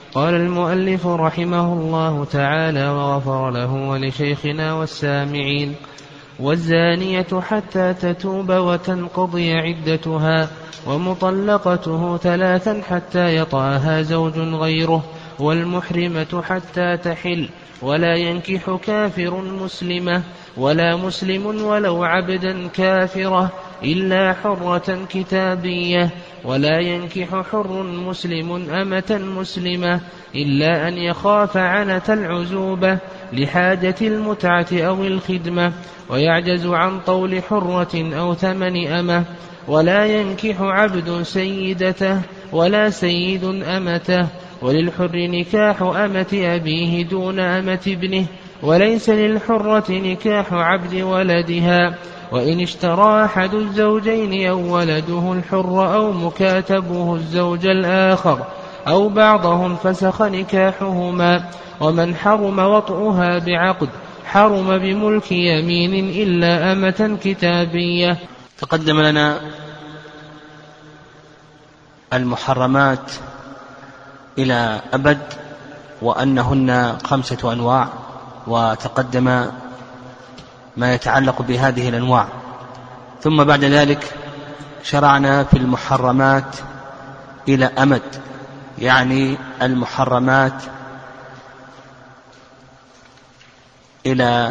قال المؤلف رحمه الله تعالى وغفر له ولشيخنا والسامعين: والزانية حتى تتوب وتنقضي عدتها، ومطلقته 3 حتى يطأها زوج غيره، والمحرمة حتى تحل، ولا ينكح كافر مسلمة ولا مسلم ولو عبدا كافرة إلا حرة كتابية، ولا ينكح حر مسلم أمة مسلمة إلا أن يخاف عنة العزوبة لحاجة المتعة أو الخدمة، ويعجز عن طول حرة أو ثمن أمة. ولا ينكح عبد سيدته ولا سيد أمته، وللحر نكاح أمة أبيه دون أمة ابنه، وليس للحرة نكاح عبد ولدها، وإن اشترى أحد الزوجين أو ولده الحر أو مكاتبه الزوج الآخر أو بعضهم فسخ نكاحهما. ومن حرم وطئها بعقد حرم بملك يمين إلا أمة كتابية. تقدم لنا المحرمات إلى أبد وأنهن 5 أنواع، وتقدم ما يتعلق بهذه الأنواع. ثم بعد ذلك شرعنا في المحرمات إلى أمد، يعني المحرمات إلى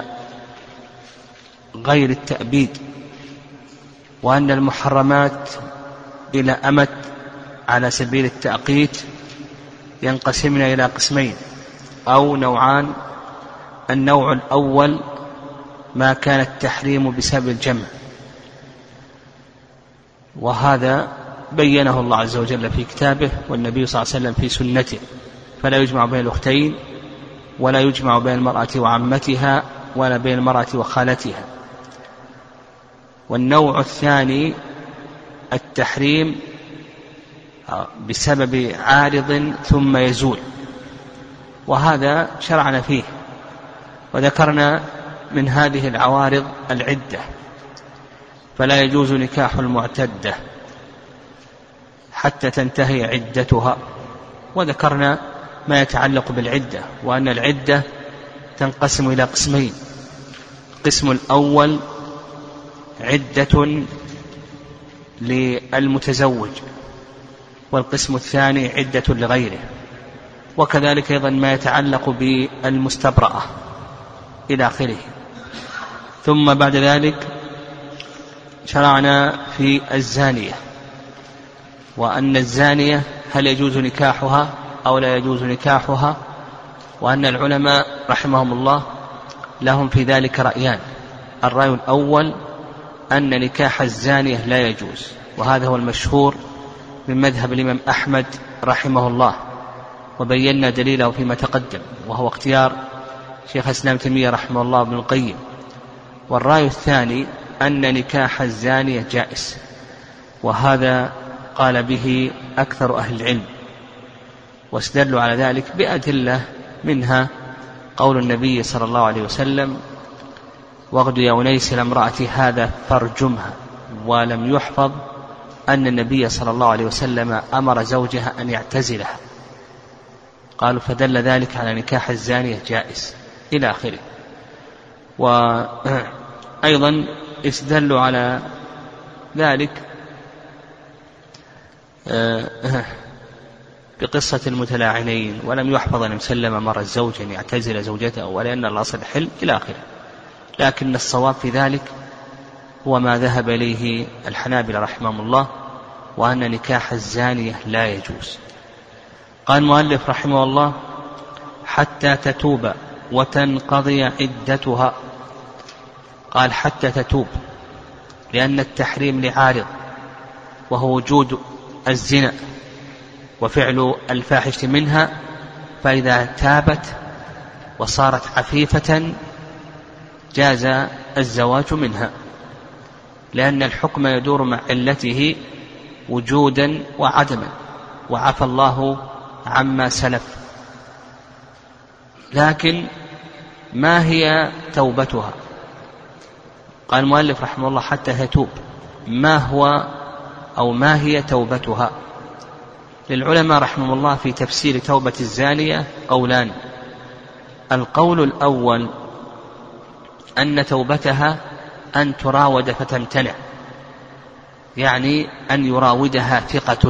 غير التأبيد، وأن المحرمات إلى أمد على سبيل التأقيت ينقسمن إلى قسمين أو نوعان. النوع الأول ما كان التحريم بسبب الجمع، وهذا بينه الله عز وجل في كتابه والنبي صلى الله عليه وسلم في سنته، فلا يجمع بين الأختين ولا يجمع بين المرأة وعمتها ولا بين المرأة وخالتها. والنوع الثاني التحريم بسبب عارض ثم يزول، وهذا شرعنا فيه، وذكرنا من هذه العوارض العدة، فلا يجوز نكاح المعتدة حتى تنتهي عدتها. وذكرنا ما يتعلق بالعدة، وأن العدة تنقسم إلى قسمين: القسم الأول عدة للمتزوج، والقسم الثاني عدة لغيره، وكذلك أيضا ما يتعلق بالمستبرأة إلى آخره. ثم بعد ذلك شرعنا في الزانية، وأن الزانية هل يجوز نكاحها أو لا يجوز نكاحها، وأن العلماء رحمهم الله لهم في ذلك رأيان. الرأي الأول أن نكاح الزانية لا يجوز، وهذا هو المشهور من مذهب الإمام أحمد رحمه الله، وبينا دليله فيما تقدم، وهو اختيار شيخ الإسلام تيمية رحمه الله ابن القيم. والرأي الثاني أن نكاح الزانية جائز، وهذا قال به أكثر أهل العلم، واستدلوا على ذلك بأدلة، منها قول النبي صلى الله عليه وسلم: واغد يا أنيس لامرأة هذا فارجمها. ولم يحفظ أن النبي صلى الله عليه وسلم أمر زوجها أن يعتزلها، قالوا فدل ذلك على نكاح الزانية جائز إلى آخره. وأيضا استدلوا على ذلك بقصة المتلاعنين، ولم يحفظ أن مسلم أمر الزوج أن يعتزل زوجته ولأن الأصل حل إلى آخره. لكن الصواب في ذلك هو ما ذهب إليه الحنابلة رحمهم الله، وأن نكاح الزانية لا يجوز. قال المؤلف رحمه الله: حتى تتوب وتنقضي عدتها. قال حتى تتوب لأن التحريم لعارض، وهو وجود الزنا وفعل الفاحشة منها، فإذا تابت وصارت عفيفة جاز الزواج منها، لأن الحكم يدور مع علته وجودا وعدما، وعفى الله عما سلف. لكن ما هي توبتها؟ قال المؤلف رحمه الله: حتى تتوب. ما هو أو ما هي توبتها؟ للعلماء رحمه الله في تفسير توبة الزانية قولان. القول الأول أن توبتها أن تراود فتمتنع، يعني أن يراودها ثقة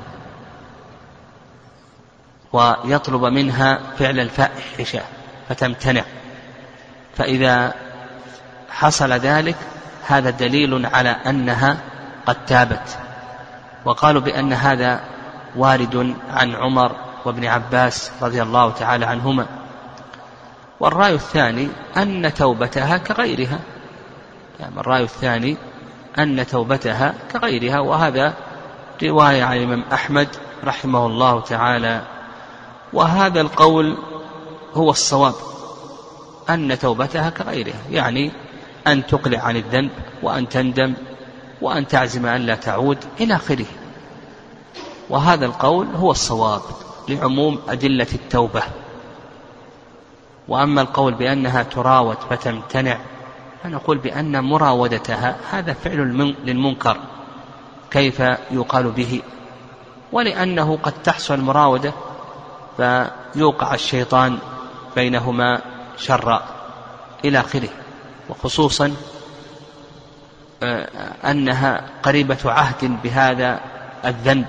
ويطلب منها فعل الفاحشة فتمتنع، فإذا حصل ذلك هذا دليل على أنها قد تابت. وقالوا بأن هذا وارد عن عمر وابن عباس رضي الله تعالى عنهما. والرأي الثاني أن توبتها كغيرها، يعني الرأي الثاني أن توبتها كغيرها، وهذا رواية عن الإمام أحمد رحمه الله تعالى. وهذا القول هو الصواب، أن توبتها كغيرها، يعني أن تقلع عن الذنب وأن تندم وأن تعزم أن لا تعود إلى آخره. وهذا القول هو الصواب لعموم أدلة التوبة. وأما القول بأنها تراود فتمتنع، فنقول بأن مراودتها هذا فعل للمنكر، كيف يقال به؟ ولأنه قد تحصل المراودة فيوقع الشيطان بينهما شرا إلى آخره، وخصوصا أنها قريبة عهد بهذا الذنب.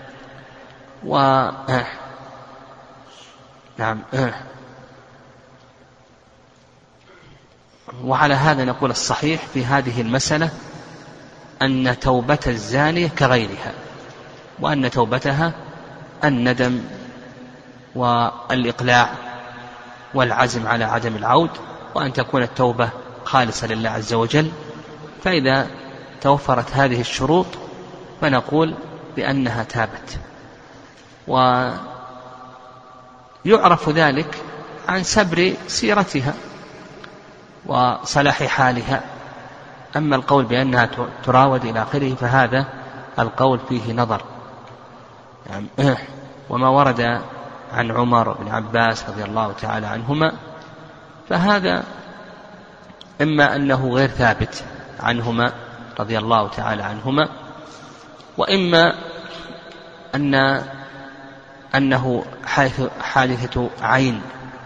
وعلى هذا نقول الصحيح في هذه المسألة أن توبة الزانية كغيرها، وأن توبتها الندم والإقلاع والعزم على عدم العود، وأن تكون التوبة خالصة لله عز وجل. فإذا توفرت هذه الشروط فنقول بأنها تابت. ويعرف ذلك عن سبر سيرتها وصلاح حالها. أما القول بأنها تراود إلى آخره فهذا القول فيه نظر. وما ورد عن عمر بن عباس رضي الله تعالى عنهما فهذا إما أنه غير ثابت عنهما رضي الله تعالى عنهما، وإما أنه حادثة عين،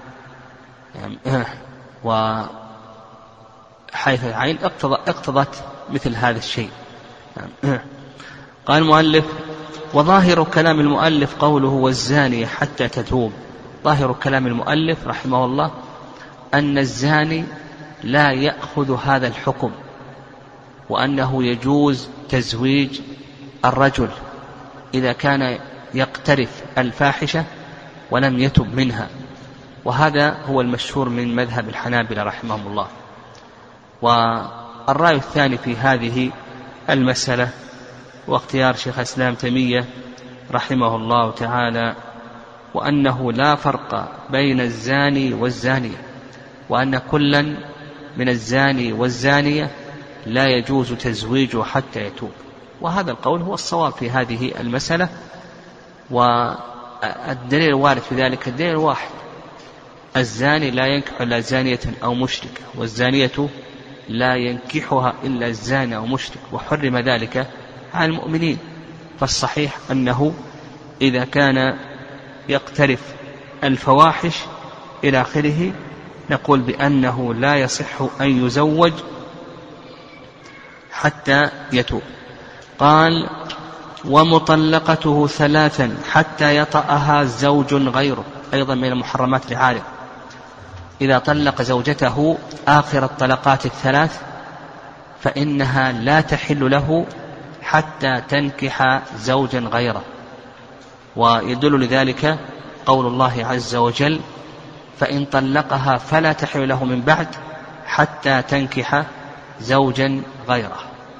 وحادثة عين اقتضت مثل هذا الشيء. قال المؤلف: وظاهر كلام المؤلف قوله والزاني حتى تتوب. ظاهر كلام المؤلف رحمه الله أن الزاني لا يأخذ هذا الحكم، وأنه يجوز تزويج الرجل إذا كان يقترف الفاحشة ولم يتب منها، وهذا هو المشهور من مذهب الحنابلة رحمهم الله. والرأي الثاني في هذه المسألة واختيار شيخ الإسلام تيمية رحمه الله تعالى، وأنه لا فرق بين الزاني والزانية، وأن كلا من الزاني والزانية لا يجوز تزويجه حتى يتوب. وهذا القول هو الصواب في هذه المسألة. والدليل الوارد في ذلك الدليل واحد: الزاني لا ينكح إلا زانية أو مشركة، والزانية لا ينكحها إلا الزاني أو مشرك، وحرم ذلك على المؤمنين. فالصحيح أنه إذا كان يقترف الفواحش إلى آخره نقول بأنه لا يصح أن يزوج حتى يتوب. قال: ومطلقته 3 حتى يطأها زوج غيره، أيضا من المحرمات العارض. إذا طلق زوجته آخر الطلقات 3 فإنها لا تحل له حتى تنكح زوجا غيره. ويدل لذلك قول الله عز وجل: فإن طلقها فلا تحل له من بعد حتى تنكح زوجا غيره.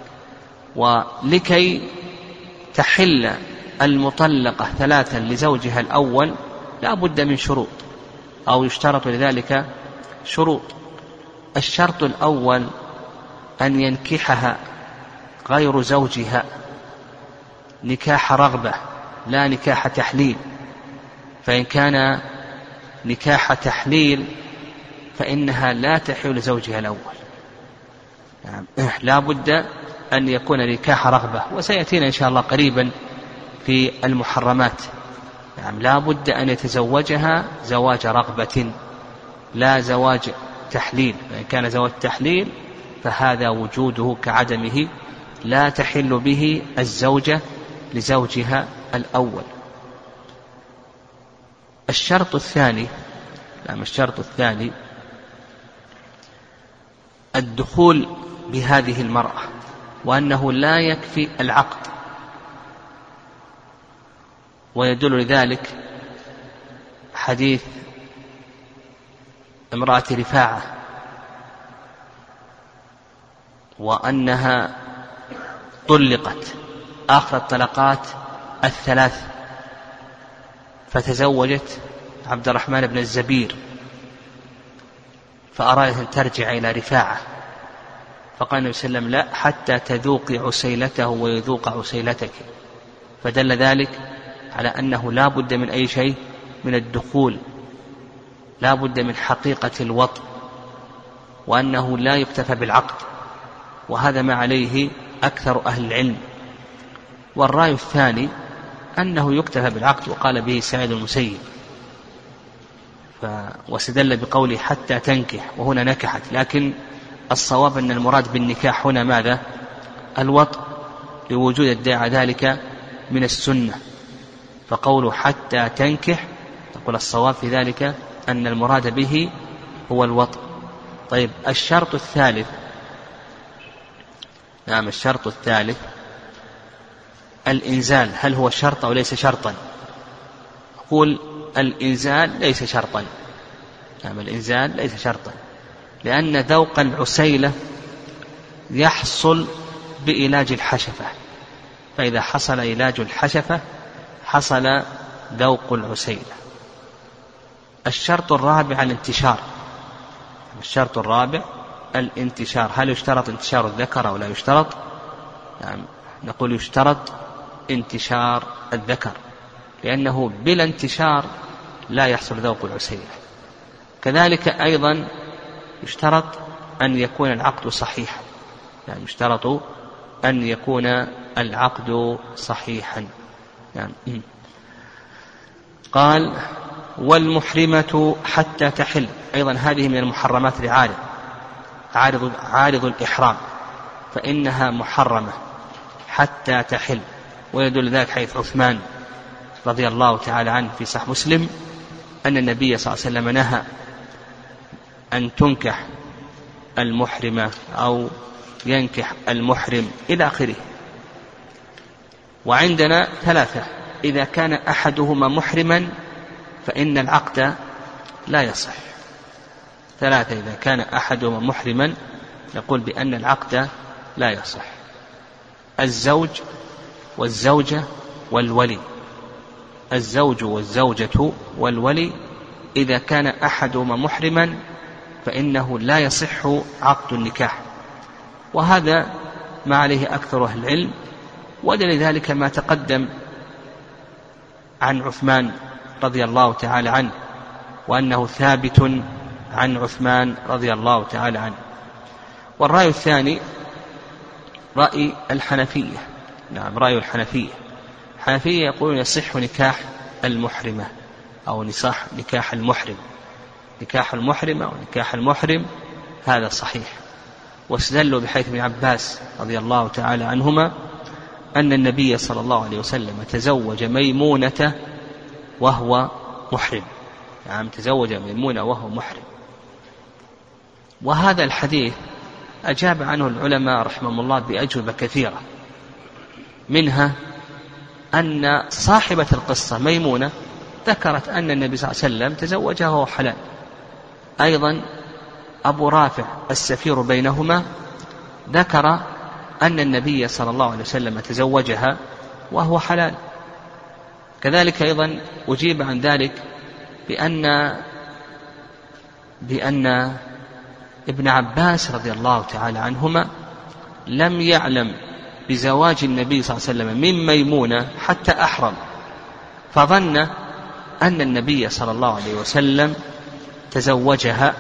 ولكي تحل المطلقة 3 لزوجها الأول لا بد من شروط، أو يشترط لذلك شروط. الشرط الأول أن ينكحها غير زوجها نكاح رغبة لا نكاح تحليل، فإن كان نكاح تحليل فإنها لا تحل زوجها الأول. لا بد أن يكون نكاح رغبة، وسيأتينا إن شاء الله قريبا في المحرمات، يعني لا بد أن يتزوجها زواج رغبة لا زواج تحليل، فإن كان زواج تحليل فهذا وجوده كعدمه، لا تحل به الزوجة لزوجها الأول. الشرط الثاني الدخول بهذه المرأة، وأنه لا يكفي العقد، ويدل لذلك حديث امرأة رفاعة وأنها طلقت آخر الطلقات الثلاث، فتزوجت عبد الرحمن بن الزبير، فأرادت أن ترجع إلى رفاعة، فقال النبي صلى الله عليه وسلم: لا، حتى تذوقي عسيلته ويذوق عسيلتك. فدل ذلك على أنه لا بد من أي شيء من الدخول، لا بد من حقيقة الوطء، وأنه لا يكتفى بالعقد، وهذا ما عليه أكثر أهل العلم. والرأي الثاني أنه يكتفى بالعقد، وقال به سعيد المسيب، واستدل بقوله حتى تنكح، وهنا نكحت، لكن الصواب أن المراد بالنكاح هنا ماذا؟ الوطء، لوجود ادعاء ذلك من السنة، فقوله حتى تنكح تقول الصواب في ذلك أن المراد به هو الوطء. طيب الشرط الثالث، الشرط الثالث الإنزال، هل هو شرط أو ليس شرطا؟ أقول الإنزال ليس شرطا، الإنزال ليس شرطا، لأن ذوق العسيلة يحصل بإيلاج الحشفة، فإذا حصل إيلاج الحشفة حصل ذوق العسيلة. الشرط الرابع الانتشار، الشرط الرابع الانتشار، هل يشترط انتشار الذكر أو لا يشترط؟ نقول يشترط انتشار الذكر، لأنه بلا انتشار لا يحصل ذوق العسيلة. كذلك أيضا يشترط أن يكون العقد صحيحا، يشترط أن يكون العقد صحيحا. قال: والمحرمة حتى تحل، أيضا هذه من المحرمات لعارض، عارض الإحرام، فإنها محرمة حتى تحل، ويدل ذلك حيث عثمان رضي الله تعالى عنه في صحيح مسلم أن النبي صلى الله عليه وسلم نهى أن تنكح المحرمة أو ينكح المحرم إلى آخره. وعندنا ثلاثة: إذا كان أحدهما محرما فإن العقد لا يصح. ثلاثة: إذا كان أحدهما محرما نقول بأن العقد لا يصح: الزوج والزوجة والولي. الزوج والزوجة والولي إذا كان أحدهما محرما فإنه لا يصح عقد النكاح، وهذا ما عليه أكثر أهل العلم، ودليل ذلك ما تقدم عن عثمان رضي الله تعالى عنه، وأنه ثابت عن عثمان رضي الله تعالى عنه. والرأي الثاني رأي الحنفية، رأي الحنفية. الحنفية يقولون يصح نكاح المحرمة أو نكاح المحرم، نكاح المحرمة ونكاح المحرم هذا صحيح. واستدلوا بحيث ابن عباس رضي الله تعالى عنهما أن النبي صلى الله عليه وسلم تزوج ميمونة وهو محرم، تزوج ميمونة وهو محرم. وهذا الحديث أجاب عنه العلماء رحمهم الله بأجوبة كثيرة، منها أن صاحبة القصة ميمونة ذكرت أن النبي صلى الله عليه وسلم تزوجها وهو حلال. أيضا أبو رافع السفير بينهما ذكر أن النبي صلى الله عليه وسلم تزوجها وهو حلال. كذلك أيضا أجيب عن ذلك بأن ابن عباس رضي الله تعالى عنهما لم يعلم بزواج النبي صلى الله عليه وسلم من ميمونة حتى أحرم، فظن أن النبي صلى الله عليه وسلم تزوجها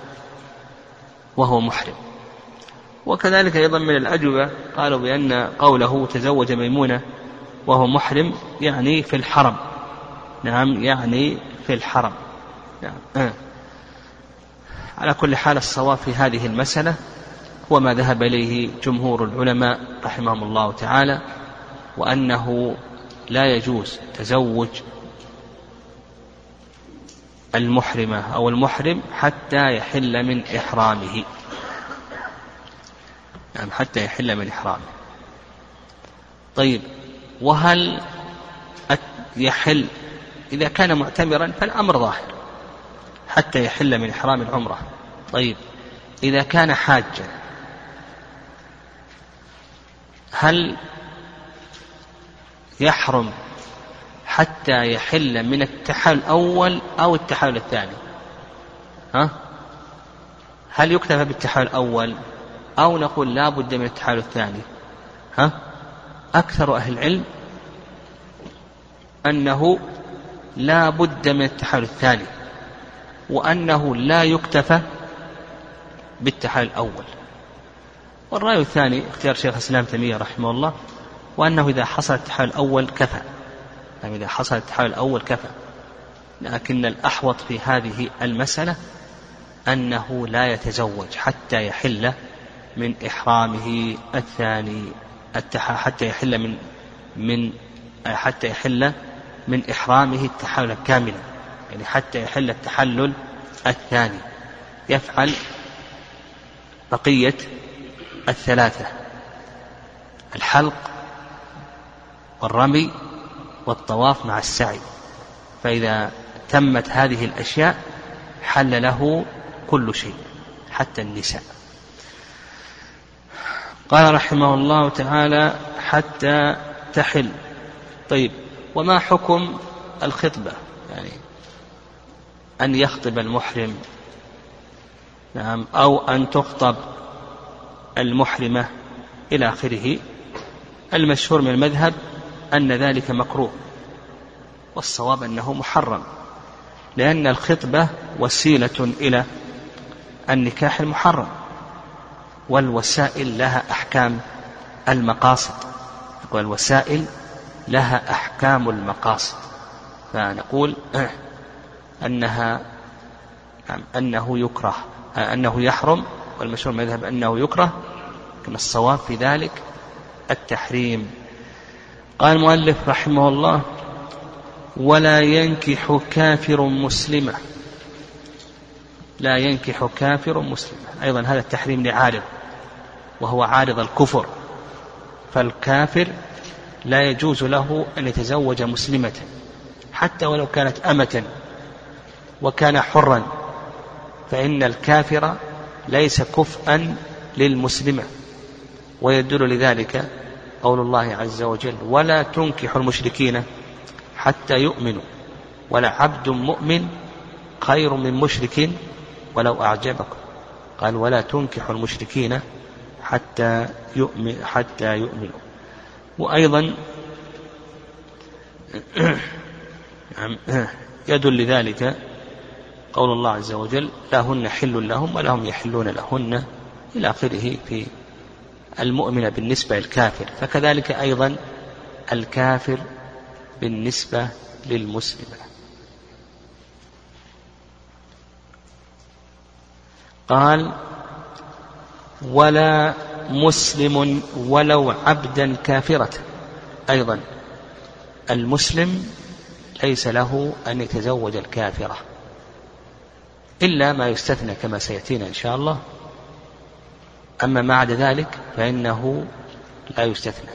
وهو محرم. وكذلك أيضا من الأجوبة قالوا بأن قوله تزوج ميمونة وهو محرم يعني في الحرم. نعم يعني في الحرم. نعم. على كل حال الصواب في هذه المسألة هو ما ذهب إليه جمهور العلماء رحمهم الله تعالى، وأنه لا يجوز تزوج المحرمة أو المحرم حتى يحل من إحرامه. يعني حتى يحل من إحرامه. طيب، وهل يحل إذا كان معتمرا؟ فالأمر ظاهر حتى يحل من إحرام العمرة. طيب، إذا كان حاجا هل يحرم حتى يحل من التحلل الأول أو التحلل الثاني؟ هل يكتفى بالتحلل الأول أو نقول لا بد من التحلل الثاني؟ أكثر أهل العلم أنه لا بد من التحلل الثاني، وأنه لا يكتفى بالتحلل الأول. والرأي الثاني اختيار شيخ الإسلام تيمية رحمه الله، وأنه إذا حصل التحلل الأول كفى. يعني إذا حصل التحلل الأول كفى. لكن الأحوط في هذه المسألة أنه لا يتزوج حتى يحل من إحرامه الثاني، حتى يحل من إحرامه التحلل كاملا، يعني حتى يحل التحلل الثاني، يفعل بقية الثلاثة: الحلق والرمي والطواف مع السعي. فإذا تمت هذه الأشياء حل له كل شيء حتى النساء. قال رحمه الله تعالى: حتى تحل. طيب، وما حكم الخطبة؟ يعني أن يخطب المحرم، نعم، أو أن تخطب المحرمة إلى آخره. المشهور من المذهب أن ذلك مكروه، والصواب أنه محرم، لأن الخطبة وسيلة إلى النكاح المحرم، والوسائل لها أحكام المقاصد، والوسائل لها أحكام المقاصد. فنقول أنه يكره، أنه يحرم، والمشهور من المذهب أنه يكره، لكن الصواب في ذلك التحريم. قال المؤلف رحمه الله: ولا ينكح كافر مسلمة. لا ينكح كافر مسلمة، أيضا هذا التحريم لعارض، وهو عارض الكفر. فالكافر لا يجوز له أن يتزوج مسلمة حتى ولو كانت أمة وكان حرا، فإن الكافر ليس كفءا للمسلمة. ويدل لذلك قول الله عز وجل: ولا تنكح المشركين حتى يؤمنوا، ولعبد مؤمن خير من مشرك ولو أعجبكم. قال: ولا تنكح المشركين حتى يؤمنوا. وأيضا يدل لذلك قول الله عز وجل: لا هن حل لهم ولا هم يحلون لهن، إلى آخره في المؤمن بالنسبة للكافر. فكذلك أيضا الكافر بالنسبة للمسلمة. قال: ولا مسلم ولو عبدا كافرة. أيضا المسلم ليس له أن يتزوج الكافرة إلا ما يستثنى كما سيأتينا إن شاء الله. أما ما عدا ذلك فإنه لا يستثنى.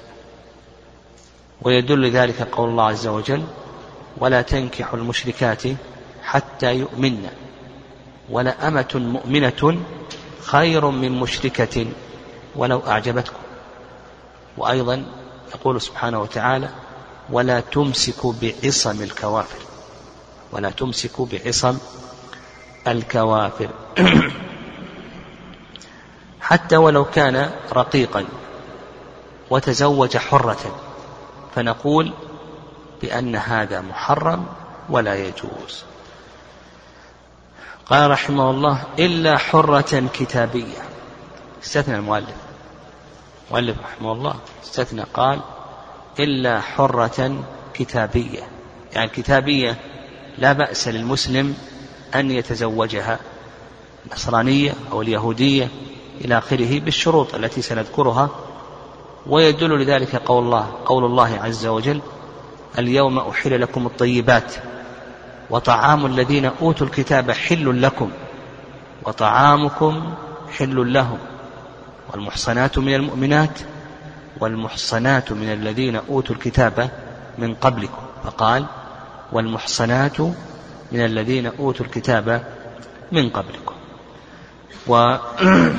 ويدل ذلك قول الله عز وجل: ولا تنكحوا المشركات حتى يؤمن، ولا أمة مؤمنة خير من مشركة ولو أعجبتكم. وأيضا يقول سبحانه وتعالى: ولا تمسكوا بعصم الكوافر. ولا تمسكوا بعصم الكوافر. حتى ولو كان رقيقا وتزوج حرة فنقول بأن هذا محرم ولا يجوز. قال رحمه الله: إلا حرة كتابية. استثنى المؤلف رحمه الله، استثنى، قال: إلا حرة كتابية، يعني كتابية لا بأس للمسلم أن يتزوجها، النصرانية أو اليهودية إلى آخره بالشروط التي سنذكرها. ويدل لذلك قول الله عز وجل: اليوم أحل لكم الطيبات وطعام الذين أوتوا الكتاب حل لكم وطعامكم حل لهم والمحصنات من المؤمنات والمحصنات من الذين أوتوا الكتاب من قبلكم، فقال: والمحصنات من الذين أوتوا الكتاب من قبلكم. وقال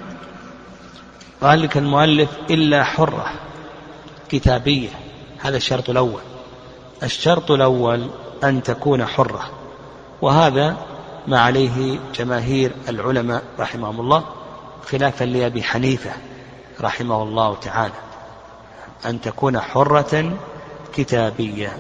لك المؤلف: إلا حرة كتابية، هذا الشرط الأول. الشرط الأول أن تكون حرة، وهذا ما عليه جماهير العلماء رحمهم الله، خلافا لأبي حنيفة رحمه الله تعالى، أن تكون حرة كتابية.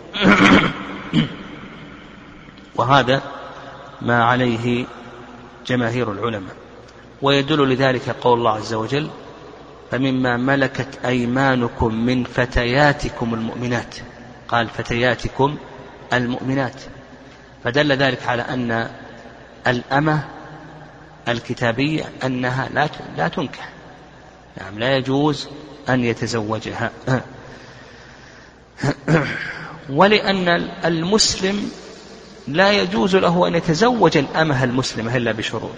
وهذا ما عليه جماهير العلماء. ويدل لذلك قول الله عز وجل: فمما ملكت أيمانكم من فتياتكم المؤمنات، قال فتياتكم المؤمنات، فدل ذلك على أن الأمة الكتابية أنها لا تنكح، يعني لا يجوز أن يتزوجها. ولأن المسلم لا يجوز له أن يتزوج الأمة المسلمة إلا بشروط.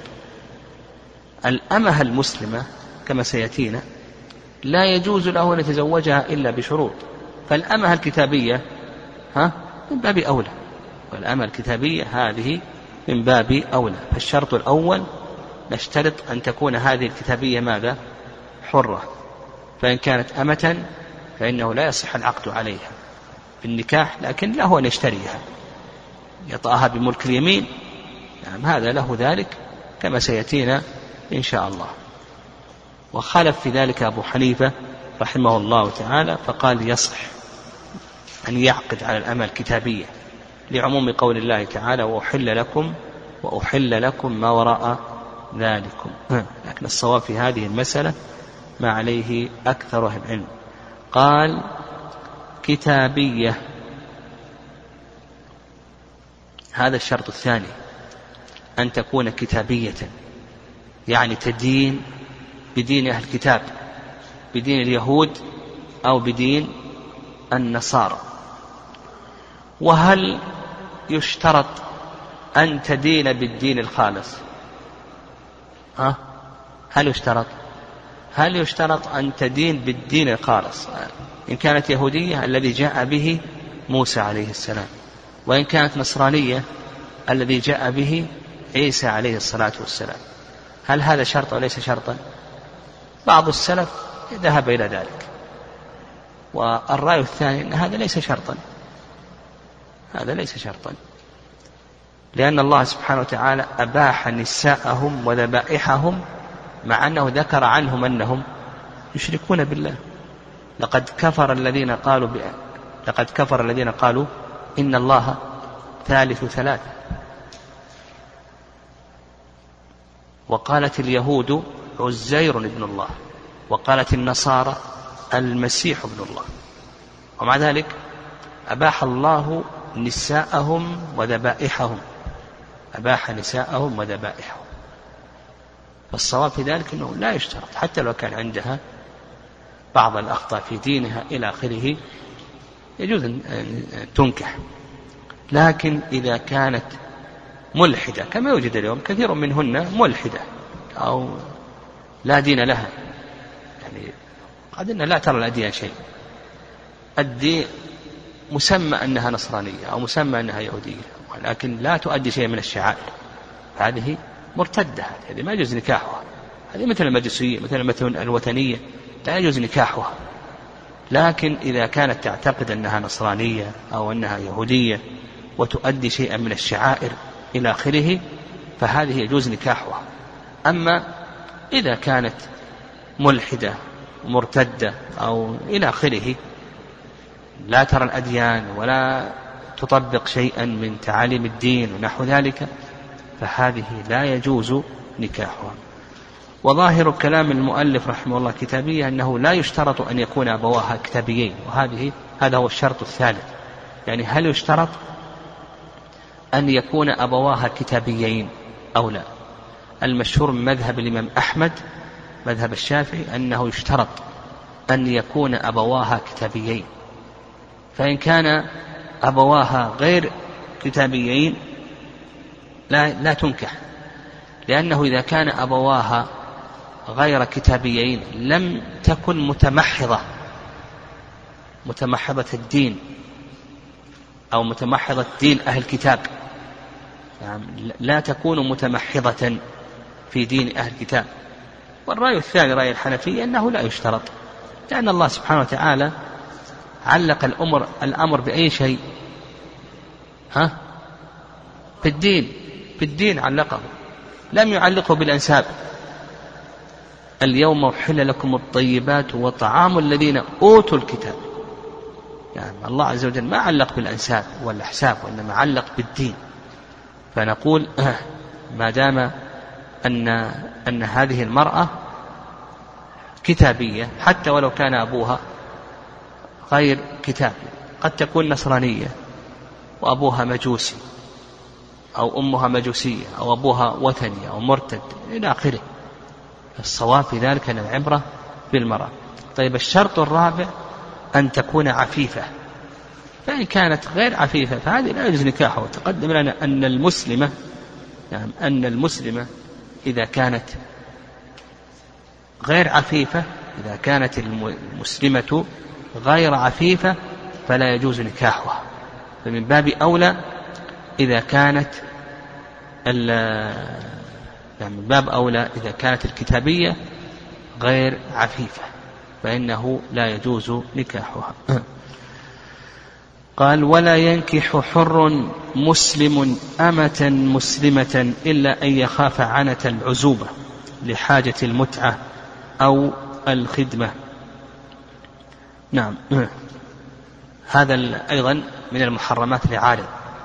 الأمة المسلمة كما سيأتينا لا يجوز له أن يتزوجها إلا بشروط، فالأمة الكتابية من باب أولى، والأمة الكتابية هذه من باب أولى. فالشرط الأول نشترط أن تكون هذه الكتابية ماذا؟ حرة. فإن كانت أمة فإنه لا يصح العقد عليها بالنكاح، لكن له أن يشتريها يطأها بملك اليمين، يعني هذا له ذلك كما سيأتينا إن شاء الله. وخالف في ذلك أبو حنيفة رحمه الله تعالى، فقال يصح أن يعقد على الأمة الكتابية لعموم قول الله تعالى: وأحل لكم ما وراء ذلكم. لكن الصواب في هذه المسألة ما عليه أكثر أهل العلم. قال: كتابية، هذا الشرط الثاني، أن تكون كتابية، يعني تدين بدين أهل الكتاب، بدين اليهود أو بدين النصارى. وهل يشترط أن تدين بالدين الخالص؟ هل يشترط أن تدين بالدين الخالص؟ إن كانت يهودية الذي جاء به موسى عليه السلام، وإن كانت نصرانية الذي جاء به عيسى عليه الصلاة والسلام، هل هذا شرط أو ليس شرطا؟ بعض السلف ذهب إلى ذلك، والرأي الثاني أن هذا ليس شرطا، هذا ليس شرطا، لأن الله سبحانه وتعالى أباح نساءهم وذبائحهم مع أنه ذكر عنهم أنهم يشركون بالله. لقد كفر الذين قالوا إن الله ثالث ثلاثة، وقالت اليهود عزير ابن الله، وقالت النصارى المسيح ابن الله، ومع ذلك أباح الله نساءهم وذبائحهم، أباح نساءهم وذبائحهم. فالصواب في ذلك أنه لا يشترط، حتى لو كان عندها بعض الأخطاء في دينها إلى آخره يجوز أن تنكح. لكن إذا كانت ملحدة، كما يوجد اليوم كثير منهن ملحدة أو لا دين لها، يعني قد أنها لا ترى الأديان شيء، الدين مسمى أنها نصرانية أو مسمى أنها يهودية، ولكن لا تؤدي شيء من الشعائر، هذه مرتدة، هذه ما يجوز نكاحها، هذه مثل المجوسية مثل الوثنية، لا يجوز نكاحها. لكن إذا كانت تعتقد أنها نصرانية أو أنها يهودية وتؤدي شيئا من الشعائر إلى آخره فهذه يجوز نكاحها. أما إذا كانت ملحدة مرتدة أو إلى آخره لا ترى الأديان ولا تطبق شيئا من تعاليم الدين ونحو ذلك فهذه لا يجوز نكاحها. وظاهر كلام المؤلف رحمه الله كتابية أنه لا يشترط أن يكون أبواها كتابيين، وهذه هذا هو الشرط الثالث. يعني هل يشترط أن يكون أبواها كتابيين أو لا؟ المشهور من مذهب الإمام أحمد مذهب الشافعي أنه يشترط أن يكون أبواها كتابيين، فإن كان أبواها غير كتابيين لا تنكح، لأنه إذا كان أبواها غير كتابيين لم تكن متمحضة الدين أو متمحضة دين أهل الكتاب، يعني لا تكون متمحضة في دين أهل الكتاب. والرأي الثاني رأي الحنفية أنه لا يشترط، لأن الله سبحانه وتعالى علق الأمر بأي شيء؟ بالدين علقه، لم يعلقه بالأنساب. اليوم أحل لكم الطيبات وطعام الذين أوتوا الكتاب. يعني الله عز وجل ما علق بالأنساب والأحساب، وإنما علق بالدين. فنقول ما دام أن هذه المرأة كتابية، حتى ولو كان أبوها غير كتابي، قد تكون نصرانية وأبوها مجوسي أو أمها مجوسية أو أبوها وثني أو مرتد إلى آخره، الصواب في ذلك أن العبرة بالمرأة. طيب الشرط الرابع أن تكون عفيفة، فإن كانت غير عفيفة فهذه لا يجوز نكاحها. وتقدم لنا أن المسلمة إذا كانت غير عفيفة، إذا كانت المسلمة غير عفيفة فلا يجوز نكاحها، فمن باب أولى إذا كانت من باب أولى إذا كانت الكتابية غير عفيفة فإنه لا يجوز نكاحها. قال: ولا ينكح حر مسلم أمة مسلمة إلا أن يخاف عنة العزوبة لحاجة المتعة أو الخدمة. نعم، هذا أيضا من المحرمات لعارض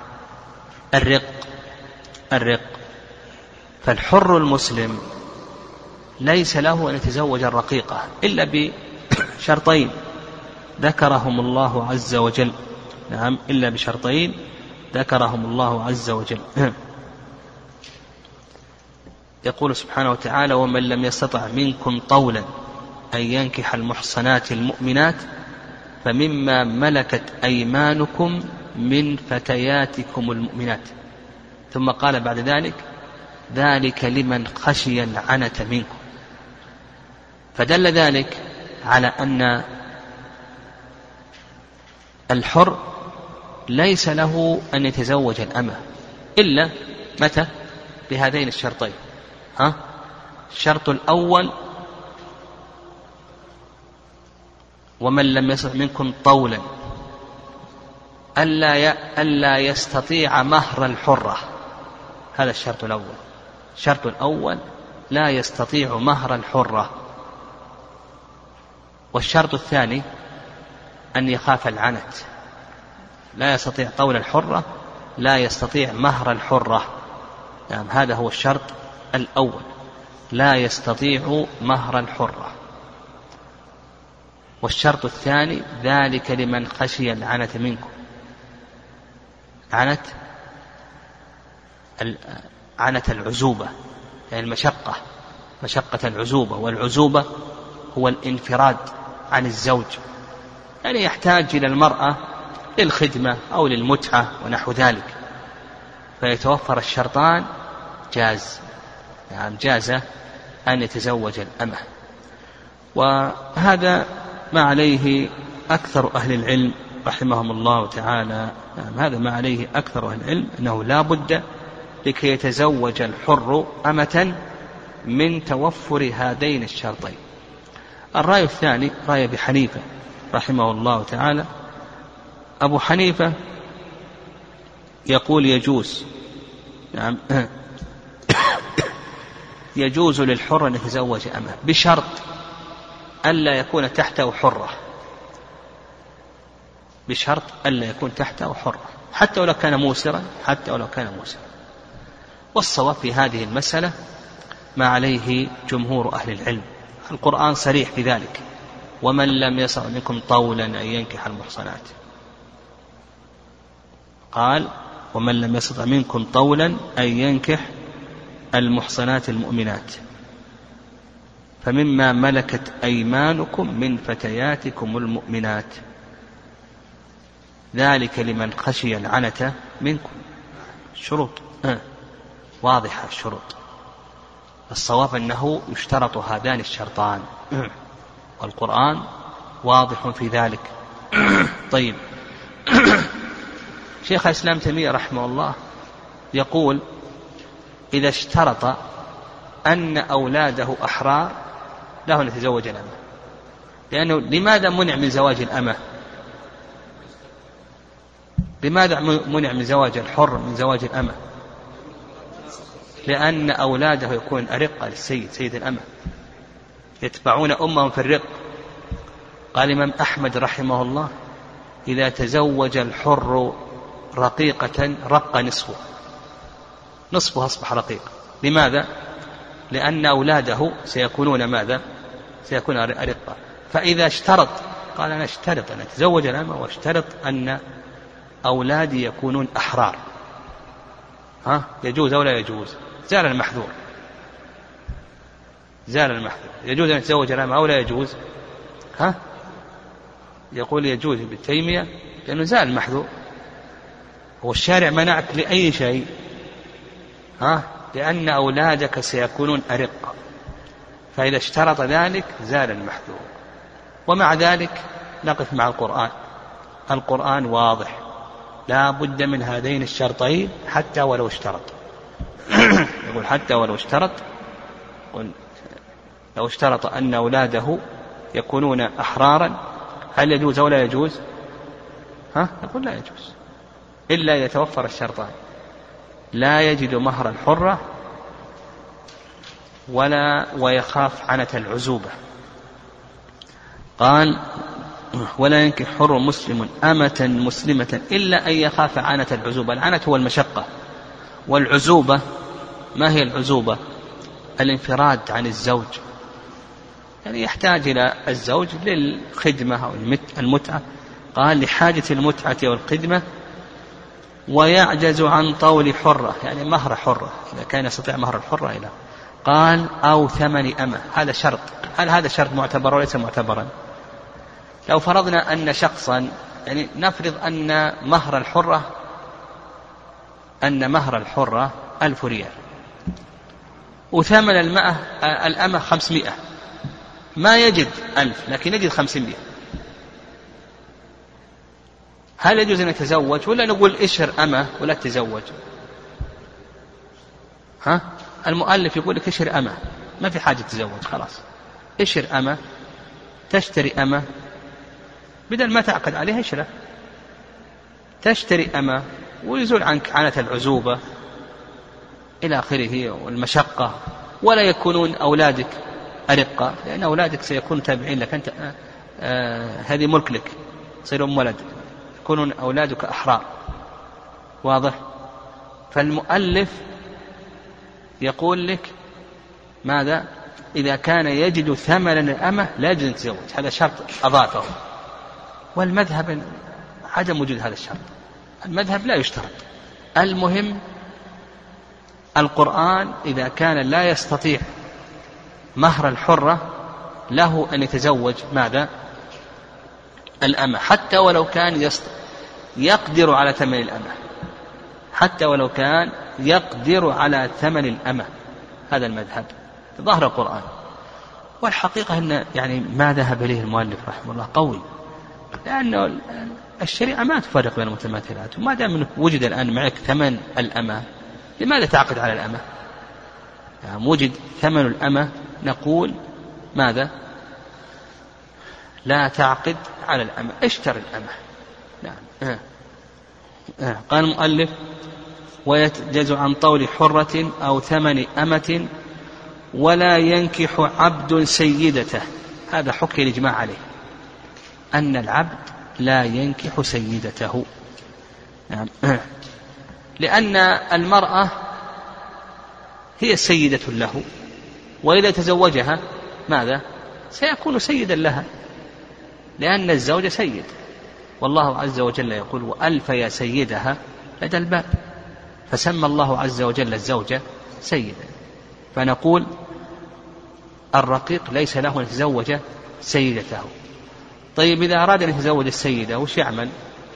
الرق. فالحر المسلم ليس له أن يتزوج الرقيقة إلا بشرطين ذكرهم الله عز وجل. نعم، إلا بشرطين ذكرهم الله عز وجل. يقول سبحانه وتعالى: ومن لم يستطع منكم طولا أن ينكح المحصنات المؤمنات فمما ملكت أيمانكم من فتياتكم المؤمنات. ثم قال بعد ذلك لمن خشي العنة منكم. فدل ذلك على أن الحر ليس له أن يتزوج الأمة إلا متى؟ بهذين الشرطين. الشرط الأول: ومن لم يستطع منكم طولا ألا يستطيع مهر الحرة. هذا الشرط الأول. الشرط الأول: لا يستطيع مهر الحرة. والشرط الثاني: أن يخاف العنت. لا يستطيع طول الحرة، لا يستطيع مهر الحرة. يعني هذا هو الشرط الأول، لا يستطيع مهر الحرة. والشرط الثاني: ذلك لمن خشي العنة منكم. عنة العزوبة، يعني مشقة العزوبة. والعزوبة هو الانفراد عن الزوج، يعني يحتاج إلى المرأة للخدمة أو للمتعة ونحو ذلك، فيتوفر الشرطان جاز أن يتزوج الأمة. وهذا ما عليه أكثر أهل العلم رحمهم الله تعالى. هذا ما عليه أكثر أهل العلم، أنه لا بد لكي يتزوج الحر أمة من توفر هذين الشرطين. الرأي الثاني رأي أبي حنيفة رحمه الله تعالى. أبو حنيفة يقول يجوز، نعم، يجوز للحر أن يتزوج أمة بشرط ألا يكون تحته حرة، بشرط ألا يكون تحته حرة، حتى ولو كان موسرا. والصواب في هذه المسألة ما عليه جمهور أهل العلم. القرآن صريح في ذلك، ومن لم يسع منكم طولا أن ينكح المحصنات. قال ومن لم يستطع منكم طولا أن ينكح المحصنات المؤمنات فمما ملكت أيمانكم من فتياتكم المؤمنات ذلك لمن خشي العنة منكم. شروط واضحة الشروط. الصواب أنه يشترط هذان الشرطان والقرآن واضح في ذلك. طيب شيخ الإسلام تيمية رحمه الله يقول إذا اشترط أن أولاده أحرار له أن يتزوج الأمة. لأنه لماذا منع من زواج الأمة؟ لماذا منع من زواج الحر من زواج الأمة؟ لأن أولاده يكون أرقة للسيد سيد الأمة يتبعون أمهم في الرق. قال الإمام أحمد رحمه الله إذا تزوج الحر رقيقة رق نصفه أصبح رقيق. لماذا؟ لأن أولاده سيكونون ماذا؟ سيكون أرقة. فإذا اشترط قال أنا اشترط أن أتزوج الأمة واشترط أن أولادي يكونون أحرار. يجوز أو لا يجوز؟ زال المحذور. يجوز أن يتزوج الأمة أو لا يجوز؟ يقول يجوز ابن تيمية لأنه زال المحذور. هو الشارع منعك لأي شيء؟ لأن أولادك سيكونون أرقة، فإذا اشترط ذلك زال المحذور. ومع ذلك نقف مع القرآن واضح لا بد من هذين الشرطين حتى ولو اشترط. يقول حتى ولو اشترط، لو اشترط أن أولاده يكونون أحرارا هل يجوز أو لا يجوز؟ يقول لا يجوز إلا يتوفر الشرطان: لا يجد مهر الحرة ويخاف عنة العزوبة. قال ولا ينكح حر مسلم أمة مسلمة إلا أن يخاف عنة العزوبة. العنة هو المشقة، والعزوبة ما هي العزوبة؟ الانفراد عن الزوج، يعني يحتاج إلى الزوج للخدمة أو المتعة. قال لحاجة المتعة والخدمة، ويعجز عن طول حرة، يعني مهر حرة إذا كان يستطيع مهر الحرة إلى. قال أو ثمن أمة. هذا شرط. هل هذا شرط معتبر وليس معتبرا؟ لو فرضنا أن شخصا، يعني نفرض أن مهر الحرة 1000 ريال وثمن الأمة 500، ما يجد 1000 لكن يجد 500، هل يجوز أن يتزوج ولا نقول اشهر أمة ولا تتزوج؟ المؤلف يقول لك اشهر أمة، ما في حاجة تتزوج، خلاص اشهر أمة، تشتري أمة بدل ما تعقد عليها اشهر، تشتري أمة ويزول عنك عنة العزوبة إلى آخره والمشقة، ولا يكونون أولادك أرقة، لأن أولادك سيكون تابعين لك أنت، هذه ملك لك، يصيرون ولد، يكونون أولادك أحرار. واضح؟ فالمؤلف يقول لك ماذا؟ إذا كان يجد ثمن الأمة لا يجوز أن يتزوج، هذا شرط أضافه. والمذهب عدم وجود هذا الشرط، المذهب لا يشترط. المهم القرآن إذا كان لا يستطيع مهر الحرة له أن يتزوج ماذا؟ الأمة، حتى ولو كان يقدر على ثمن الأمة، حتى ولو كان يقدر على ثمن الأمة. هذا المذهب ظاهر القرآن. والحقيقة أن يعني ما ذهب إليه المؤلف رحمه الله قوي، لأنه الشريعة ما تفرق بين المتماثلات، وما دام وجد الآن معك ثمن الأمة لماذا تعقد على الأمة؟ يعني وجد ثمن الأمة نقول ماذا؟ لا تعقد على الأمة، اشتر الأمة. نعم. قال المؤلف ويجز عن طول حرة أو ثمن أمة ولا ينكح عبد سيدته. هذا حكي الإجماع عليه أن العبد لا ينكح سيدته، لأن المرأة هي سيدة له، وإذا تزوجها ماذا؟ سيكون سيدا لها، لأن الزوج سيد، والله عز وجل يقول وألف يا سيدها لدى الباب، فسمى الله عز وجل الزوجة سيدا. فنقول الرقيق ليس له أن يتزوج سيدته. طيب إذا أراد أن يتزوج السيدة وش يعمل؟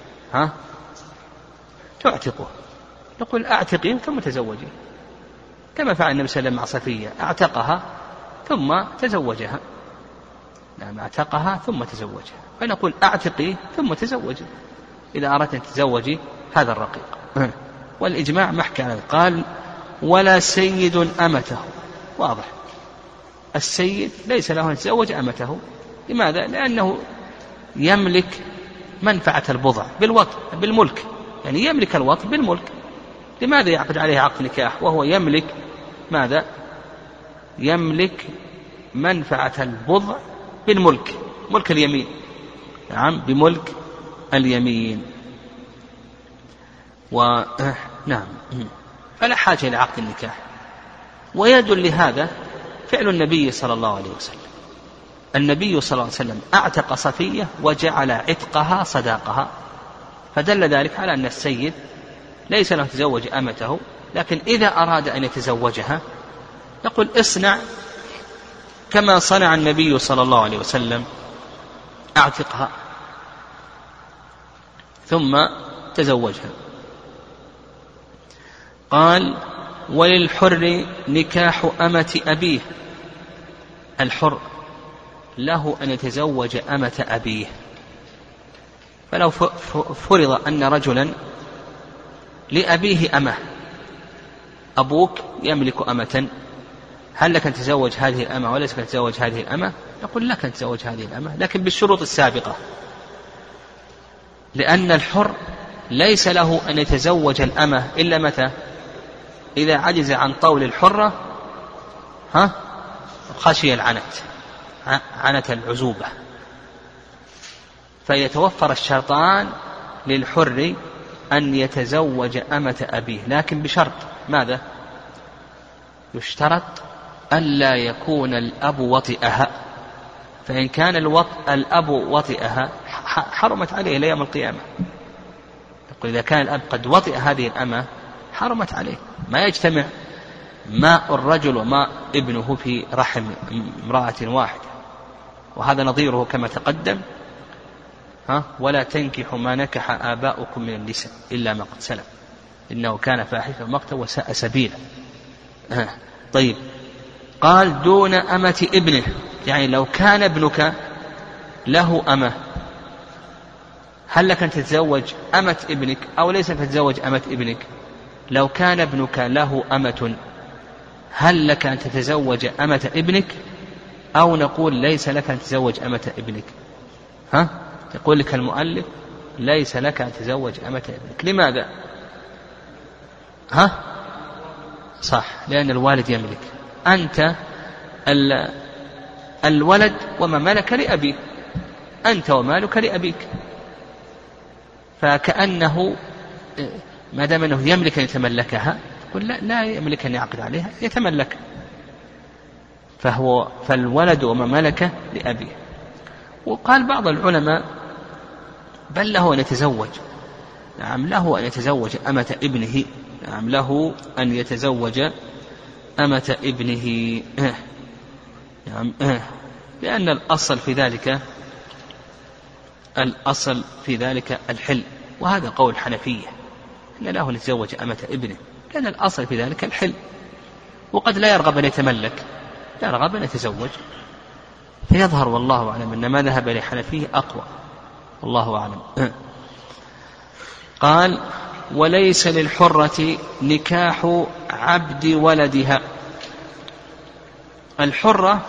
تعتقه. نقول أعتقين ثم تزوجي، كما فعل النبي صلى الله عليه وسلم مع صفية، أعتقها ثم تزوجها. نعم، أعتقها ثم تزوجها. فنقول أعتقي ثم تزوجي إذا أردت أن تتزوجي هذا الرقيق. والإجماع محكي على قال ولا سيد أمته. واضح، السيد ليس له أن يتزوج أمته. لماذا؟ لأنه يملك منفعة البضع بالملك، يعني يملك الوطن بالملك. لماذا يعقد عليه عقد نكاح وهو يملك ماذا؟ يملك منفعة البضع بالملك، ملك اليمين. نعم، بملك اليمين. نعم، فلا حاجة إلى عقد النكاح. ويدل لهذا فعل النبي صلى الله عليه وسلم. النبي صلى الله عليه وسلم أعتق صفية وجعل عتقها صداقها، فدل ذلك على أن السيد ليس له تزوج أمته، لكن إذا أراد أن يتزوجها نقول اصنع كما صنع النبي صلى الله عليه وسلم، أعتقها ثم تزوجها. قال وللحر نكاح أمة أبيه. الحر له أن يتزوج أمة أبيه. فلو فرض أن رجلا لأبيه أمة، أبوك يملك أمة، هل لك أن تتزوج هذه الأمة وليس لك أن تتزوج هذه الأمة؟ نقول لك أن تتزوج هذه الأمة، لكن بالشروط السابقة، لأن الحر ليس له أن يتزوج الأمة إلا متى؟ إذا عجز عن طول الحرة خشي عنت العزوبة، فيتوفر الشرطان للحر أن يتزوج أمة أبيه، لكن بشرط ماذا؟ يشترط ألا يكون الأب وطئها، فإن كان الأب وطئها حرمت عليه إلى يوم القيامة. يقول إذا كان الأب قد وطئ هذه الأمة حرمت عليه، ما يجتمع ماء الرجل وماء ابنه في رحم امرأة واحدة، وهذا نظيره كما تقدم ولا تنكحوا ما نكح آباؤكم من النساء إلا ما قد سلف إنه كان فاحشة ومقتا وساء سبيلا. طيب، قال دون أمة ابنه، يعني لو كان ابنك له أمة هل لك أن تتزوج أمة ابنك أو ليس أن تتزوج أمة ابنك؟ لو كان ابنك له أمة هل لك أن تتزوج أمة ابنك أو نقول ليس لك أن تتزوج أمة ابنك؟ يقول لك المؤلف ليس لك أن تتزوج أمة ابنك. لماذا؟ صح، لأن الوالد يملك. أنت الولد وما ملك لأبيك، أنت ومالك لأبيك، فكأنه ما دام أنه يملك أن يتملكها يقول لا يملك أن يعقد عليها، يتملك. فالولد وما ملك لأبيه. وقال بعض العلماء بل له أن يتزوج، نعم له أن يتزوج أمة ابنه، نعم له أن يتزوج أمة ابنه، نعم، لأن الأصل في ذلك الحل، وهذا قول الحنفية أن له أن يتزوج أمة ابنه، لأن الأصل في ذلك الحل، وقد لا يرغب أن يتملك، لا يرغب أن يتزوج. فيظهر والله أعلم أن ما ذهب إليه الحنفية أقوى، والله أعلم. قال وليس للحرة نكاح عبد ولدها. الحرة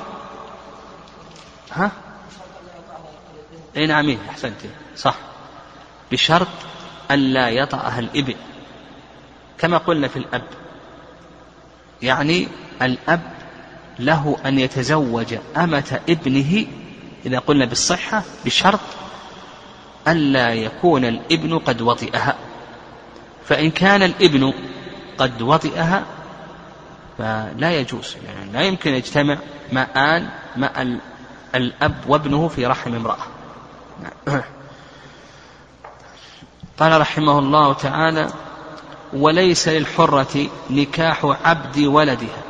نعم، أحسنت، صح، بشرط ألا يطأها الابن، كما قلنا في الأب، يعني الأب له أن يتزوج أمة ابنه إذا قلنا بالصحة بشرط ألا يكون الابن قد وطئها. فإن كان الابن قد وطئها فلا يجوز، يعني لا يمكن يجتمع ماء الأب وابنه في رحم امرأة، قال رحمه الله تعالى: وليس للحرة نكاح عبد ولدها.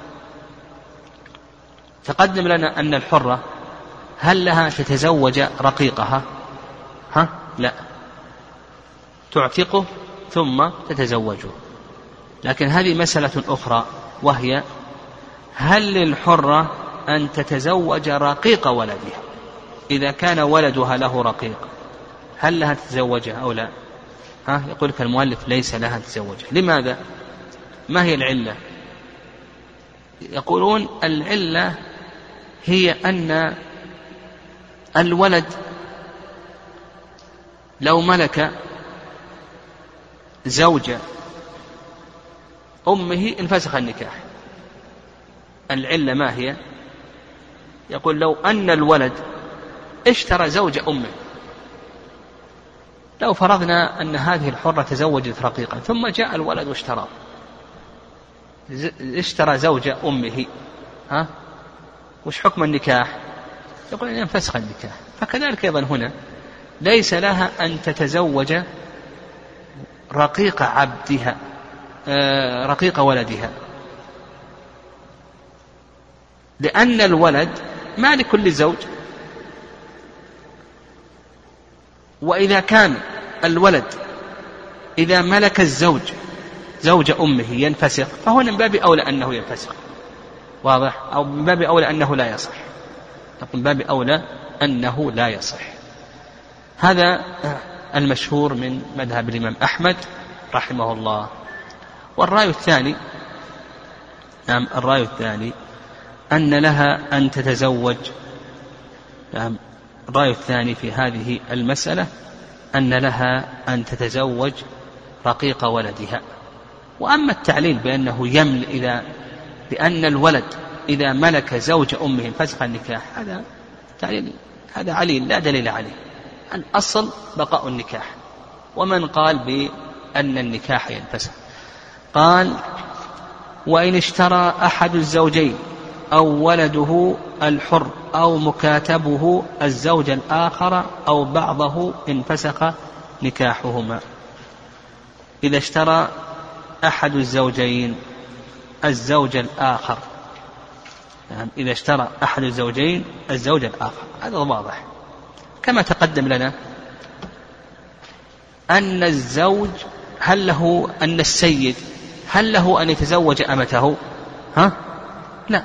تقدم لنا أن الحرة هل لها تتزوج رقيقها؟ لا، تعتقه ثم تتزوجه. لكن هذه مسألة أخرى، وهي هل للحرة أن تتزوج رقيق ولدها؟ إذا كان ولدها له رقيق هل لها تتزوجها أو لا؟ يقول لك المؤلف: ليس لها تتزوجها. لماذا؟ ما هي العلة؟ يقولون العلة هي أن الولد لو ملك زوج أمه انفسخ النكاح. العلة ما هي؟ يقول: لو أن الولد اشترى زوج أمه، لو فرضنا أن هذه الحرة تزوجت رقيقا ثم جاء الولد اشترى زوج أمه، وش حكم النكاح؟ يقول: أن ينفسخ النكاح. فكذلك أيضا هنا ليس لها أن تتزوج رقيق عبدها، رقيق ولدها، لأن الولد مالك للزوج. وإذا كان الولد إذا ملك الزوج زوج أمه ينفسخ، فهو من باب أولى أنه ينفسخ. واضح؟ أو من باب أولى أنه لا يصح. من باب أولى أنه لا يصح. هذا المشهور من مذهب الإمام أحمد رحمه الله. والرأي الثاني، الرأي الثاني أن لها أن تتزوج. الرأي الثاني في هذه المسألة أن لها أن تتزوج رقيق ولدها. وأما التعليل بأنه بأن الولد إذا ملك زوج أمه انفسخ النكاح، هذا تعليل، هذا عليل لا دليل عليه. الأصل بقاء النكاح. ومن قال بأن النكاح ينفسخ قال: وإن اشترى أحد الزوجين أو ولده الحر أو مكاتبه الزوج الآخر أو بعضه انفسخ نكاحهما. إذا اشترى أحد الزوجين الزوج الآخر، إذا اشترى أحد الزوجين الزوج الآخر، هذا واضح كما تقدم لنا أن الزوج أن السيد هل له أن يتزوج أمته؟ لا،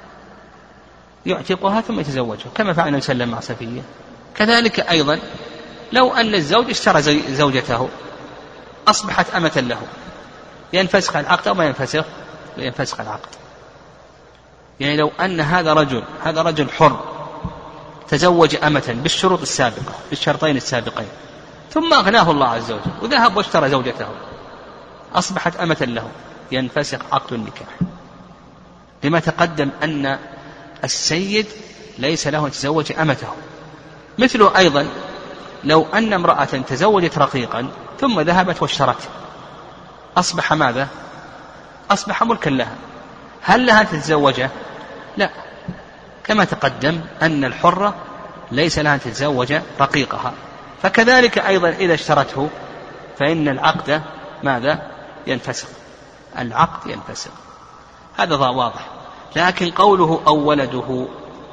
يعتقها ثم يتزوجها كما فعل النبي صلى الله عليه وسلم مع صفية. كذلك أيضا لو أن الزوج اشترى زوجته أصبحت أمة له، ينفسخ العقد أو ما ينفسخ؟ ينفسخ العقد. يعني لو أن هذا رجل حر تزوج أمة بالشروط السابقة، بالشرطين السابقين، ثم أغناه الله عز وجل وذهب واشترى زوجته أصبحت أمة له، ينفسخ عقد النكاح. لما تقدم أن السيد ليس له أن يتزوج أمته. مثله أيضا لو أن امرأة تزوجت رقيقا ثم ذهبت واشترت، أصبح ماذا؟ أصبح ملكا لها. هل لها تتزوجه؟ لا، كما تقدم أن الحرة ليس لها أن تتزوج رقيقها. فكذلك أيضا إذا اشترته فإن العقد ماذا؟ ينفسخ، العقد ينفسخ. هذا واضح. لكن قوله أو ولده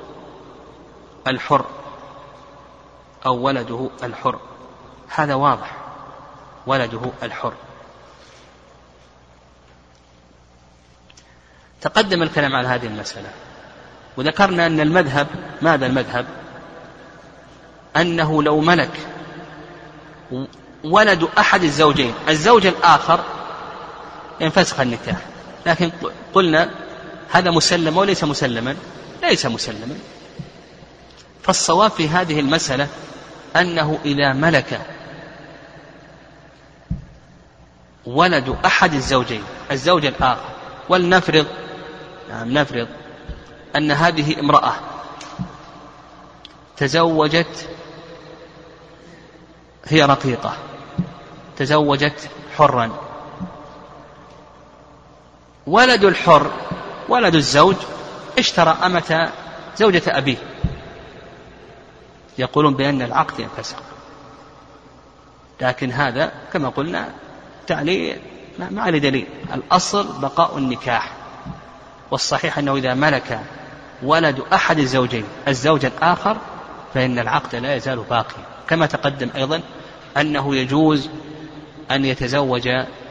الحر، أو ولده الحر، هذا واضح، ولده الحر. تقدم الكلام على هذه المسألة وذكرنا أن المذهب، ماذا المذهب؟ أنه لو ملك ولد أحد الزوجين الزوج الآخر ينفسخ النكاح. لكن قلنا هذا مسلم وليس مسلما؟ ليس مسلما. فالصواب في هذه المسألة أنه إذا ملك ولد أحد الزوجين الزوج الآخر، ولنفرض نفرض أن هذه امرأة تزوجت، هي رقيقة، تزوجت حرا، ولد الحر ولد الزوج اشترى أمة زوجة أبيه، يقولون بأن العقد ينفسخ، لكن هذا كما قلنا تعليل ما عليه دليل. الأصل بقاء النكاح، والصحيح أنه إذا ملك ولد أحد الزوجين الزوج الآخر فإن العقد لا يزال باقيا، كما تقدم أيضا أنه يجوز أن يتزوج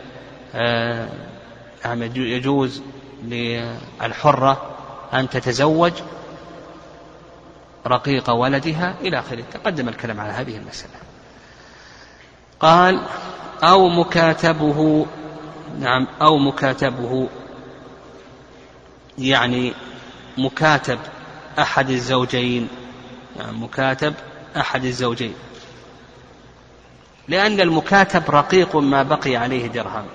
يجوز للحرة أن تتزوج رقيق ولدها إلى آخره، تقدم الكلام على هذه المسألة. قال أو مكاتبه، نعم أو مكاتبه يعني مكاتب أحد الزوجين، يعني مكاتب أحد الزوجين، لأن المكاتب رقيق ما بقي عليه درهم.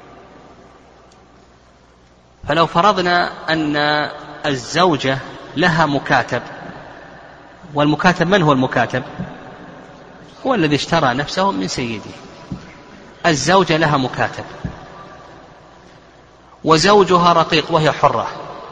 فلو فرضنا أن الزوجة لها مكاتب، والمكاتب من هو المكاتب؟ هو الذي اشترى نفسه من سيده. الزوجة لها مكاتب وزوجها رقيق وهي حرة،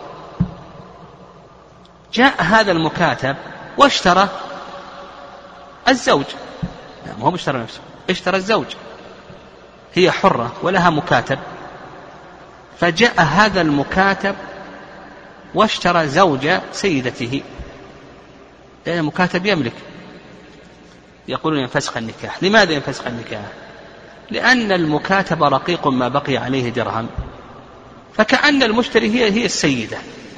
جاء هذا المكاتب واشترى الزوج، ما هو اشترى نفسه، اشترى الزوج، هي حرة ولها مكاتب، فجاء هذا المكاتب واشترى زوج سيدته، لأن المكاتب يملك. يقولون ينفسخ النكاح. لماذا ينفسخ النكاح؟ لأن المكاتب رقيق ما بقي عليه درهم، فكأن المشتري هي السيدة،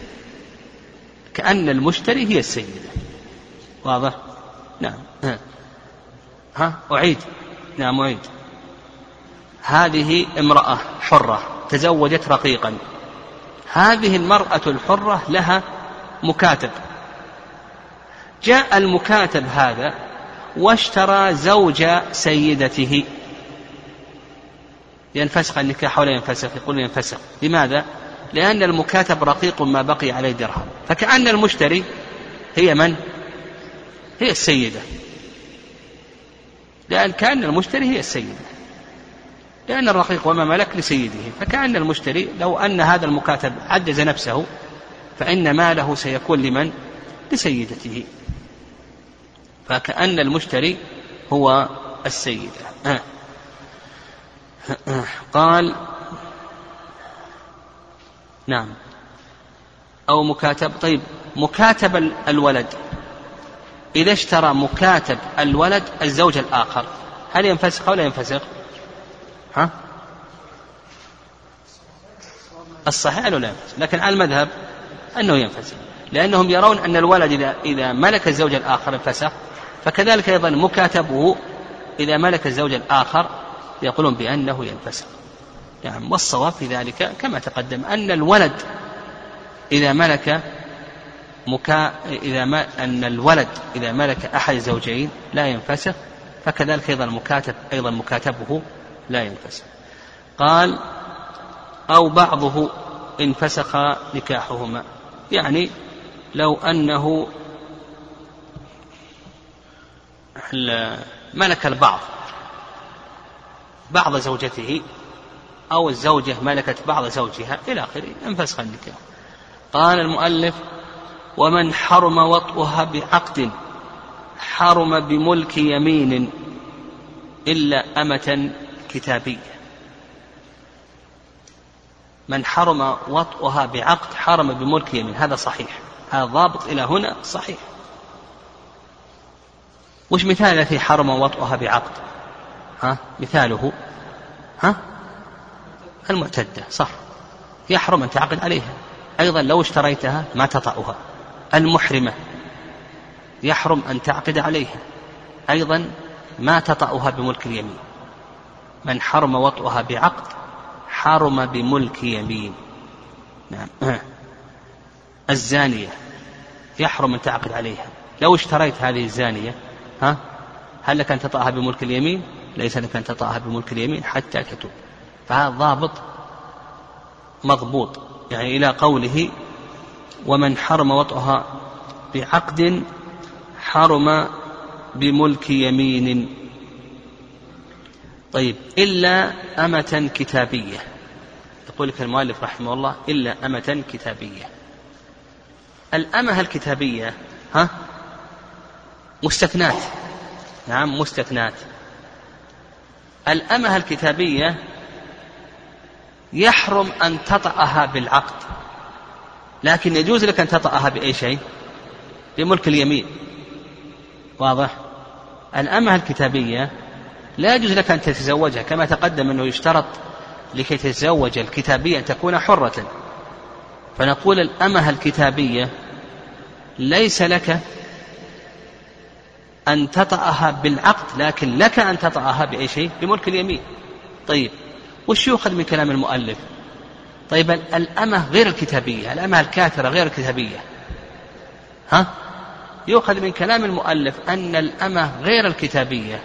كأن المشتري هي السيدة. واضح؟ نعم. أعيد. نعم أعيد. هذه امرأة حرة تزوجت رقيقا، هذه المرأة الحرة لها مكاتب، جاء المكاتب هذا واشترى زوج سيدته، ينفسخ النكاح ولا ينفسخ؟ يقول ينفسخ. لماذا؟ لأن المكاتب رقيق ما بقي عليه درهم، فكأن المشتري هي من؟ هي السيدة، لأن كأن المشتري هي السيدة، لأن الرقيق وما ملك لسيده، فكأن المشتري لو أن هذا المكاتب عجز نفسه فإن ماله سيكون لمن؟ لسيدته، فكأن المشتري هو السيدة. قال نعم أو مكاتب. طيب مكاتب الولد، إذا اشترى مكاتب الولد الزوج الآخر هل ينفسخ ولا ينفسخ؟ الصحيح لا ينفسخ، لكن على المذهب أنه ينفسخ، لأنهم يرون أن الولد إذا ملك الزوج الآخر انفسخ، فكذلك أيضا مكاتبه إذا ملك الزوج الآخر يقولون بأنه ينفسخ. يعني والصواب في ذلك كما تقدم أن الولد إذا ملك أن الولد إذا ملك أحد الزوجين لا ينفسخ، فكذلك أيضا المكاتب أيضا مكاتبه لا ينفسخ. قال أو بعضه انفسخ نكاحهما، يعني لو أنه ملك البعض بعض زوجته أو الزوجة ملكت بعض زوجها إلى آخره انفسخ النكاح. قال المؤلف ومن حرم وطئها بعقد حرم بملك يمين إلا أمة كتابية. من حرم وطئها بعقد حرم بملك يمين، هذا صحيح، هذا ضابط إلى هنا صحيح. وش مثال التي حرم وطئها بعقد؟ مثاله المعتدة، صح، يحرم أن تعقد عليها. أيضا لو اشتريتها ما تطأها. المحرمة يحرم أن تعقد عليها، أيضا ما تطأها بملك اليمين. من حرم وطئها بعقد حرم بملك يمين. نعم. الزانية يحرم أن تعقد عليها، لو اشتريت هذه الزانية هل لك أن تطأها بملك اليمين؟ ليس لك أن تطأها بملك اليمين حتى تتوب. فهذا ضابط مضبوط، يعني إلى قوله ومن حرم وطئها بعقد حرم بملك يمين. طيب إلا أمة كتابية، يقول لك المؤلف رحمه الله إلا أمة كتابية. الأمة الكتابية مستثنات. نعم مستثنات. الأمة الكتابية يحرم أن تطأها بالعقد، لكن يجوز لك أن تطأها بأي شيء، بملك اليمين. واضح؟ الأمة الكتابية لا يجوز لك أن تتزوجها، كما تقدم أنه يشترط لكي تتزوج الكتابية أن تكون حرة. فنقول الأمة الكتابية ليس لك أن تطأها بالعقد، لكن لك أن تطأها بأي شيء، بملك اليمين. طيب وش يؤخذ من كلام المؤلف؟ طيب الأمة غير الكتابية، الأمة الكافرة غير الكتابية، يؤخذ من كلام المؤلف أن الأمة غير الكتابية،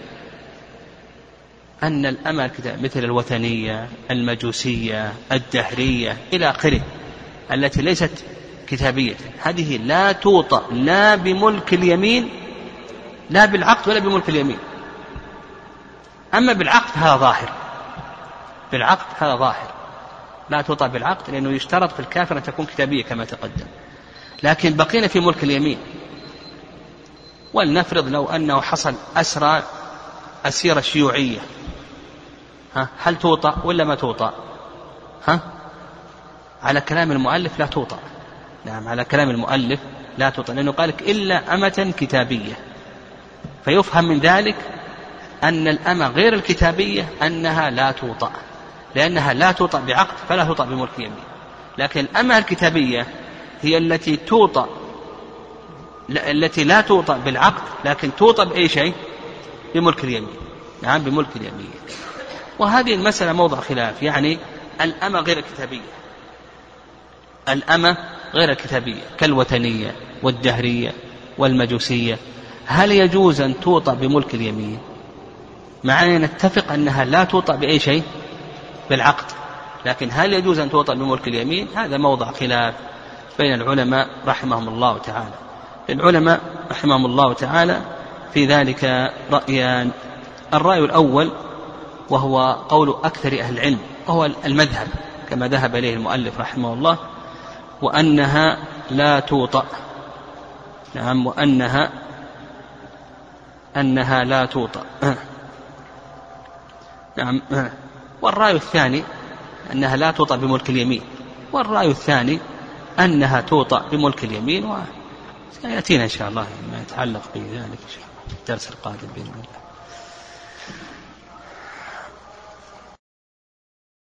أن الأمة الكتابية مثل الوثنية، المجوسية، الدهرية إلى آخره، التي ليست كتابية، هذه لا توطأ لا بملك اليمين، لا بالعقد ولا بملك اليمين. أما بالعقد هذا ظاهر، بالعقد هذا ظاهر، لا توطأ بالعقد، لأنه يشترط في الكافر أن تكون كتابية كما تقدم. لكن بقينا في ملك اليمين. ولنفرض لو أنه حصل أسرى أسيرة شيوعية، هل توطأ ولا ما توطأ؟ على كلام المؤلف لا توطأ. نعم على كلام المؤلف لا توطأ، لأنه قال لك إلا أمة كتابية، فيفهم من ذلك أن الأمة غير الكتابية أنها لا توطأ، لأنها لا توطأ بعقد فلا توطأ بملك يمين. لكن الأمة الكتابية هي التي توطأ، التي لا توطأ بالعقد، لكن توطأ بأي شيء، بملك اليمين. نعم بملك اليمين. وهذه المسألة موضع خلاف، يعني الأمة غير الكتابية، الأمة غير الكتابية كالوثنية والدهرية والمجوسية، هل يجوز أن توطأ بملك اليمين؟ مع أن نتفق أنها لا توطأ بأي شيء، بالعقد، لكن هل يجوز أن توطأ بملك اليمين؟ هذا موضع خلاف بين العلماء رحمهم الله تعالى. العلماء رحمهم الله تعالى في ذلك رأيان. الرأي الأول وهو قول أكثر أهل العلم، وهو المذهب كما ذهب إليه المؤلف رحمه الله، وأنها لا توطأ. نعم وأنها لا توطأ. نعم. والرأي الثاني أنها لا توطأ بملك اليمين، والرأي الثاني أنها توطأ بملك اليمين، وسيأتينا إن شاء الله ما يتعلق بذلك إن شاء الله في الدرس القادم بإذن الله.